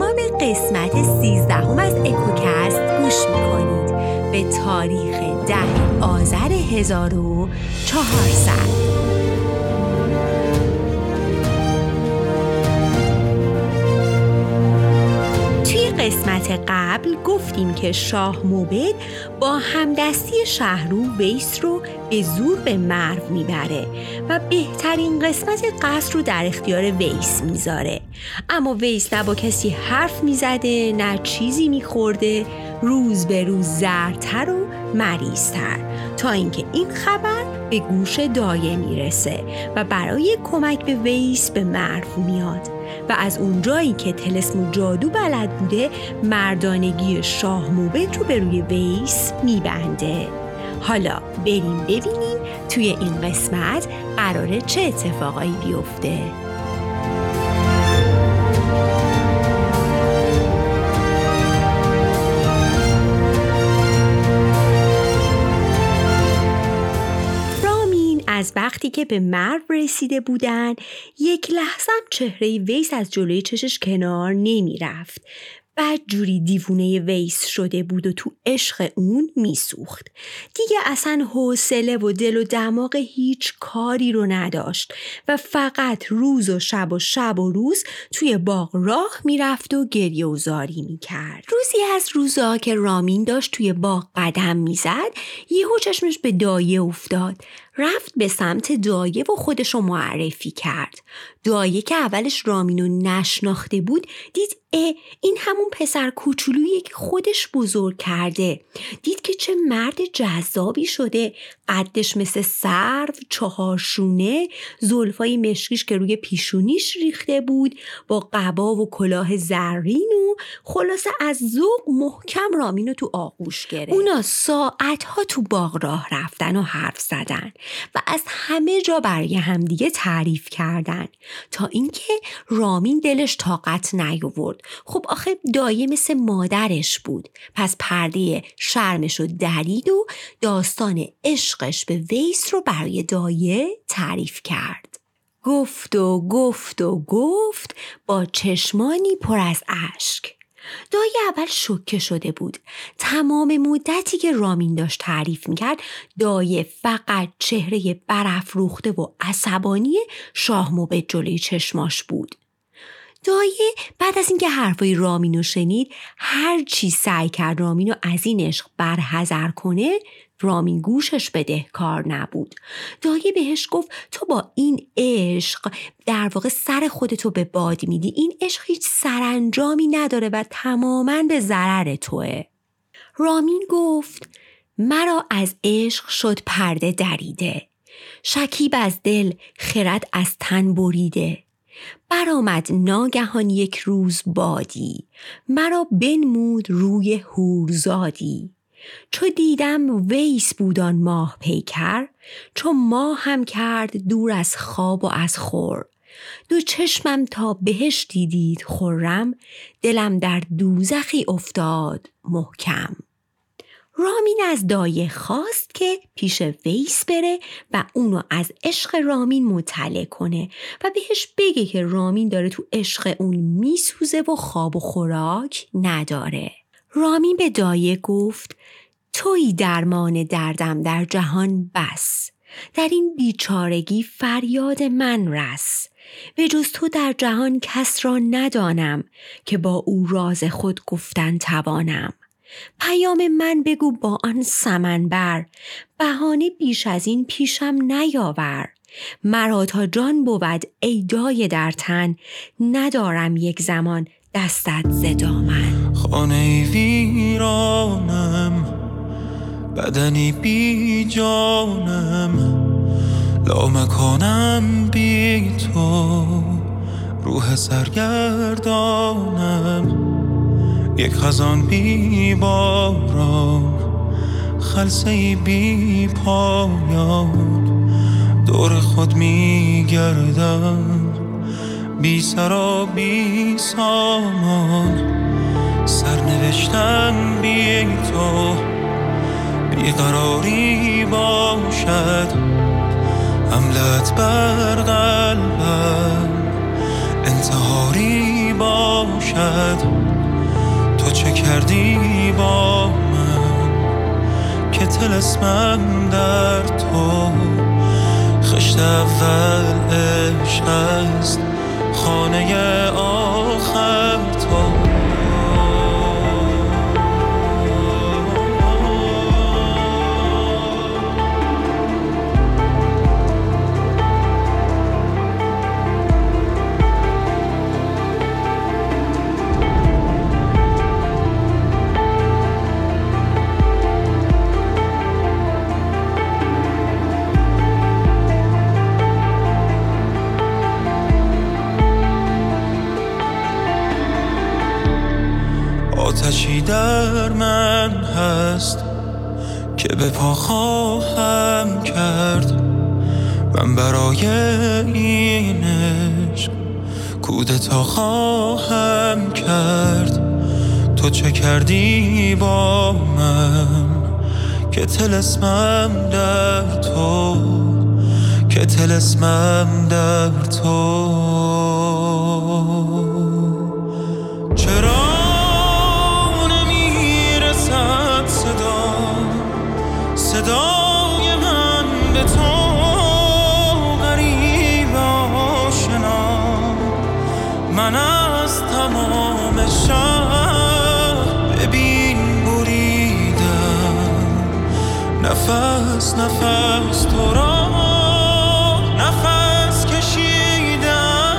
شما به قسمت 13 از اکوکست گوش میکنید به تاریخ 10 آذر 1400. قسمت قبل گفتیم که شاه موبد با همدستی شهرو ویس رو به زور به مرو میبره و بهترین قسمت قصر رو در اختیار ویس میذاره. اما ویس نه با کسی حرف میزده نه چیزی میخورده، روز به روز زرتر و مریضتر، تا اینکه این خبر به گوش دایه میرسه و برای کمک به ویس به مرو میاد و از اونجایی که طلسم و جادو بلد بوده مردانگی شاه موبد رو به روی ویس میبنده. حالا بریم ببینیم توی این قسمت قراره چه اتفاقایی بیفته. از وقتی که به مرو رسیده بودن یک لحظه چهره ویس از جلوی چشش کنار نمی رفت. بعد جوری دیوونه ویس شده بود و تو عشق اون میسوخت. دیگه اصلا حوصله و دل و دماغ هیچ کاری رو نداشت و فقط روز و شب و شب و روز توی باغ راه میرفت و گریه و زاری میکرد. روزی از روزا که رامین داشت توی باغ قدم میزد، یهو چشمش به دایه افتاد. رفت به سمت دایه و خودشو معرفی کرد. دایه که اولش رامینو نشناخته بود دید این همون پسر کوچولویی که خودش بزرگ کرده. دید که چه مرد جذابی شده، قدش مثل سرو، 4 شونه، زلفای مشکیش که روی پیشونیش ریخته بود، با قبا و کلاه زرین و خلاصه از ذوق محکم رامینو تو آغوش گرفت. اونا ساعتها تو باغ راه رفتن و حرف زدن و از همه جا برای همدیگه تعریف کردن تا اینکه رامین دلش طاقت نیاورد. خب آخه دایه مثل مادرش بود، پس پرده شرمش رو درید و داستان عشقش به ویس رو برای دایه تعریف کرد. گفت با چشمانی پر از اشک. دایه اول شوکه شده بود. تمام مدتی که رامین داشت تعریف میکرد دایه فقط چهره برافروخته و عصبانی شاه موبد جلوی چشماش بود. دایه بعد از اینکه حرفای رامینو شنید هر چی سعی کرد رامینو از این عشق برحذر کنه، رامین گوشش بدهکار نبود. دایه بهش گفت تو با این عشق در واقع سر خودتو به باد میدی. این عشق هیچ سرانجامی نداره و تماماً به ضرر توه. رامین گفت مرا از عشق شد پرده دریده، شکیب از دل خرد از تن بریده. برآمد ناگهان یک روز بادی، مرا بنمود روی حورزادی. چو دیدم ویس بود آن ماه پیکر، چو ماه هم کرد دور از خواب و از خور. دو چشمم تا بهشتی دید خرم، دلم در دوزخی افتاد محکم. رامین از دایه خواست که پیش ویس بره و اونو از عشق رامین مطلع کنه و بهش بگه که رامین داره تو عشق اون میسوزه و خواب و خوراک نداره. رامین به دایه گفت تویی درمان دردم در جهان بس، در این بیچارگی فریاد من رس. به جز تو در جهان کس را ندانم، که با او راز خود گفتن توانم. پیام من بگو با آن سمن بر، بهانه بیش از این پیشم نیاور. مرا تا جان بود ای دایه در تن، ندارم یک زمان دستت ز دامن. خانه ویرانم، بدنی بی جانم، لامکانم بی تو، روح سرگردانم. یک خزان بی باران، خلسه‌ای بی پایان، دور خود می گردم بی سرا بی سامان. سرنوشتم بی تو بیقراری باشد، حملت بر قلبم انتحاری باشد. چه کردی با من که طلسمم در تو. خشت اول عشق است، خانه آخر تو. آتشی در من هست که به پا خواهم کرد. من برای این عشق کودتا خواهم کرد. تو چه کردی با من که طلسمم در تو، که طلسمم در تو. چرا صدای من به تو غریب آشنا؟ من از تمام شهر ببین بریدم، نفس نفس تو را نفس کشیدم.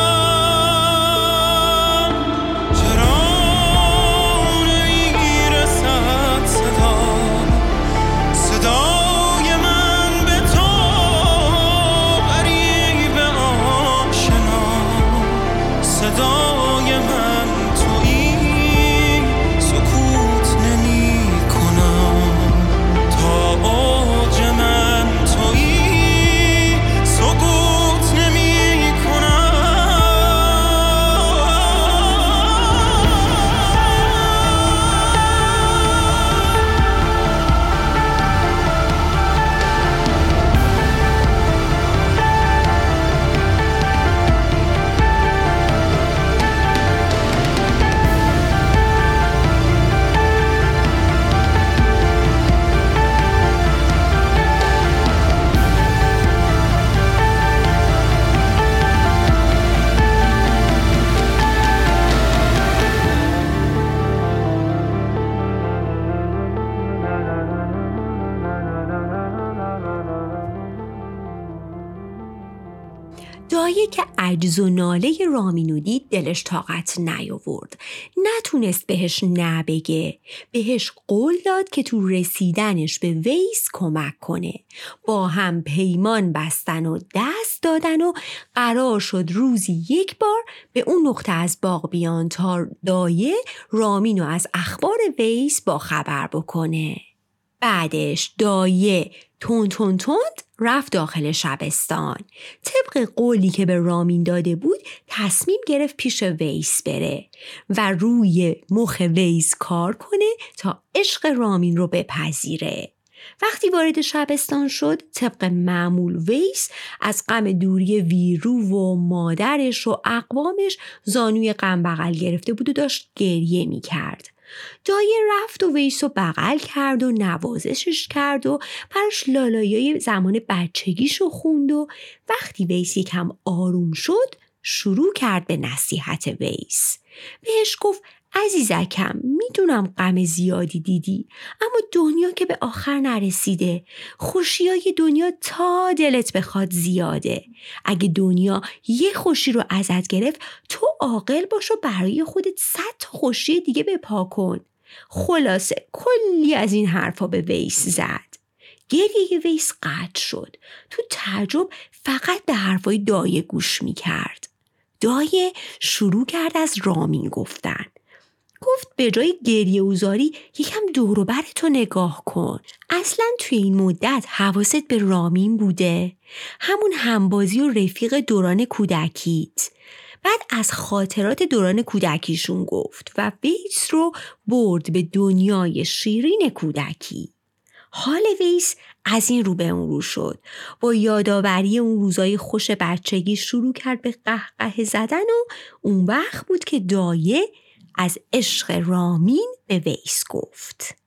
چرا نمیرسد صدای من به تو غریب آشنا؟ صدای من تویی، سکوت نمی کنم تا اوج من تویی، سکوت نمی کنم. دایه که عجز و ناله رامینو دید دلش طاقت نیاورد. نتونست بهش نبگه. بهش قول داد که تو رسیدنش به ویس کمک کنه. با هم پیمان بستن و دست دادن و قرار شد روزی یک بار به اون نقطه از باغ بیان تا دایه رامینو از اخبار ویس با خبر بکنه. بعدش دایه تند رفت داخل شبستان. طبق قولی که به رامین داده بود تصمیم گرفت پیش ویس بره و روی مخ ویس کار کنه تا عشق رامین رو بپذیره. وقتی وارد شبستان شد طبق معمول ویس از غم دوری ویرو و مادرش و اقوامش زانوی غم بغل گرفته بود و داشت گریه می کرد. دایه رفت و ویس رو بغل کرد و نوازشش کرد و براش لالایای زمان بچگیشو خوند و وقتی ویس یکم آروم شد شروع کرد به نصیحت ویس. بهش گفت عزیزکم میدونم غم زیادی دیدی، اما دنیا که به آخر نرسیده. خوشیای دنیا تا دلت بخواد زیاده. اگه دنیا یه خوشی رو ازت گرفت تو عاقل باش و برای خودت 100 خوشی دیگه بپا کن. خلاصه کلی از این حرفا به ویس زد. گریه ویس قطع شد. تو تعجب فقط به حرفای دایه گوش میکرد. دایه شروع کرد از رامین گفتن. گفت به جای گریه و زاری یکم دور و برتو نگاه کن. اصلا توی این مدت حواست به رامین بوده؟ همون همبازی و رفیق دوران کودکیت. بعد از خاطرات دوران کودکیشون گفت و ویس رو برد به دنیای شیرین کودکی. حال ویس از این رو به اون رو شد. با یادآوری اون روزای خوش بچگی شروع کرد به قهقه زدن و اون وقت بود که دایه از عشق رامین به ویس گفت.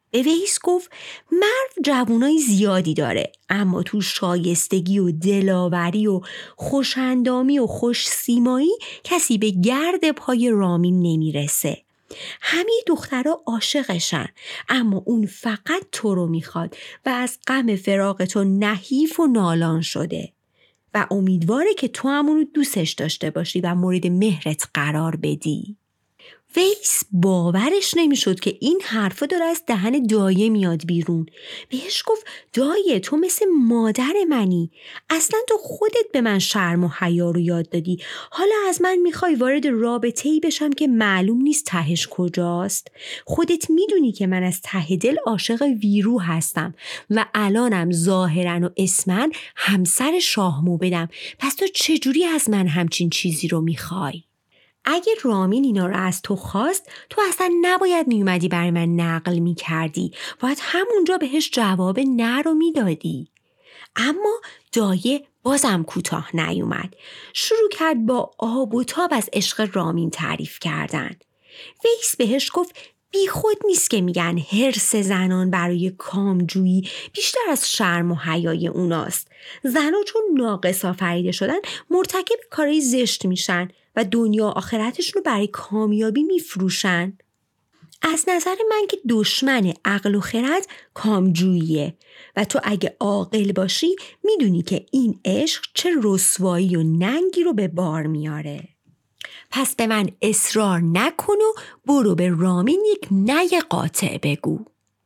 مرد جوانای زیادی داره، اما تو شایستگی و دلاوری و خوش‌اندامی و خوش سیمایی کسی به گرد پای رامین نمیرسه. همه دخترها عاشقشن، اما اون فقط تو رو میخواد و از غم فراق تو نحیف و نالان شده و امیدواره که تو هم اونو دوستش داشته باشی و مورد مهرت قرار بدی. ویس باورش نمیشد که این حرفا داره از دهن دایه میاد بیرون. بهش گفت دایه تو مثل مادر منی، اصلا تو خودت به من شرم و حیا رو یاد دادی، حالا از من میخوای وارد رابطه‌ای بشم که معلوم نیست تهش کجاست. خودت میدونی که من از ته دل عاشق ویرو هستم و الانم ظاهرا و اسمن همسر شاه موبدم، پس تو چجوری از من همچین چیزی رو میخوای؟ اگه رامین اینا رو از تو خواست، تو اصلا نباید میومدی برای من نقل میکردی، باید همونجا بهش جواب نه رو میدادی. اما دایه بازم کوتاه نیومد، شروع کرد با آب و تاب از عشق رامین تعریف کردن. ویس بهش گفت بی خود نیست که میگن حرص زنان برای کامجویی بیشتر از شرم و حیای اوناست. زنان چون ناقص آفریده شدن مرتکب کارهای زشت میشن و دنیا آخرتشون رو برای کامیابی میفروشن. از نظر من که دشمن عقل و خرد کامجوییه و تو اگه عاقل باشی میدونی که این عشق چه رسوایی و ننگی رو به بار میاره. پس به من اصرار نکن و برو به رامین یک نه قاطع بگو.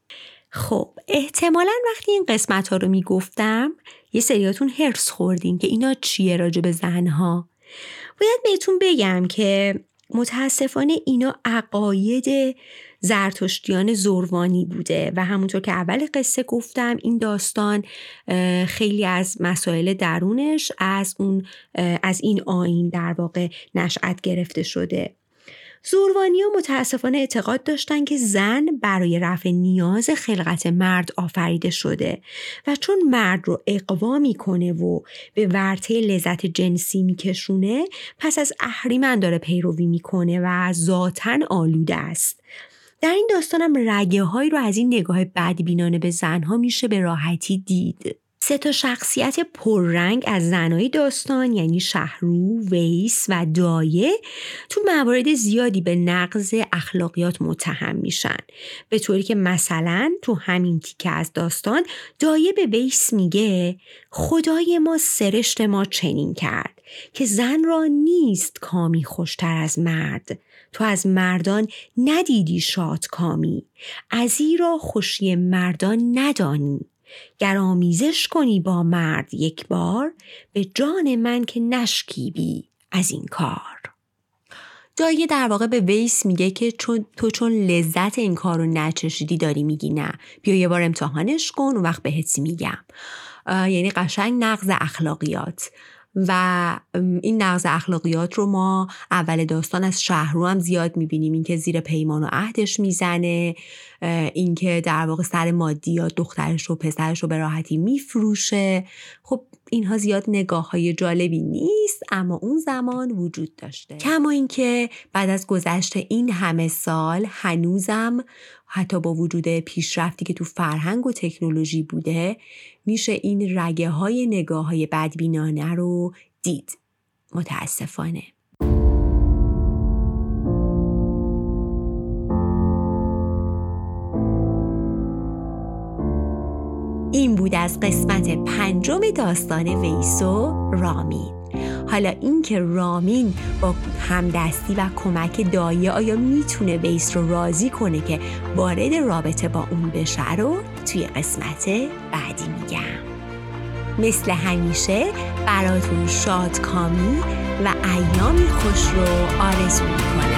خب احتمالاً وقتی این قسمت ها رو میگفتم یه سریاتون هرس خوردین که اینا چیه راجع به زنها. باید بهتون بگم که متاسفانه اینا عقاید زرتشتیان زروانی بوده و همونطور که اول قصه گفتم این داستان خیلی از مسائل درونش از این آیین در واقع نشأت گرفته شده. زروانی‌ها متاسفانه اعتقاد داشتن که زن برای رفع نیاز خلقت مرد آفریده شده و چون مرد رو اغوا میکنه و به ورطه لذت جنسی میکشونه، پس از اهریمن داره پیروی میکنه و ذاتاً آلوده است. در این داستانم رگه هایی رو از این نگاه بدبینانه به زنها میشه به راحتی دید. 3 شخصیت پررنگ از زنای داستان یعنی شهرو، ویس و دایه تو موارد زیادی به نقض اخلاقیات متهم میشن، به طوری که مثلا تو همین تیکه از داستان دایه به ویس میگه خدای ما سرشت ما چنین کرد که زن را نیست کامی خوشتر از مرد، تو از مردان ندیدی شاد کامی، ازیرا خوشی مردان ندانی، گر آمیزش کنی با مرد یک بار، به جان من که نشکیبی از این کار. دایه در واقع به ویس میگه که چون لذت این کار رو نچشیدی داری میگی نه، بیا یه بار امتحانش کن و وقت بهت میگم. یعنی قشنگ نقض اخلاقیات. و این نقض اخلاقیات رو ما اول داستان از شهرو هم زیاد میبینیم، این که زیر پیمان و عهدش میزنه، این که در واقع سر مادیات دخترش و پسرش رو به راحتی میفروشه. خب اینها زیاد نگاه های جالبی نیست، اما اون زمان وجود داشته. کما این که بعد از گذشت این همه سال هنوزم حتی با وجود پیشرفتی که تو فرهنگ و تکنولوژی بوده میشه این رگه های نگاه های بدبینانه رو دید، متاسفانه. این بود از قسمت 5 داستان ویس و رامین. حالا این که رامین با همدستی و کمک دایه آیا میتونه ویس رو راضی کنه که وارد رابطه با اون بشه رو توی قسمت بعدی میگم. مثل همیشه براتون شادکامی و ایامی خوش رو آرزو میکنم.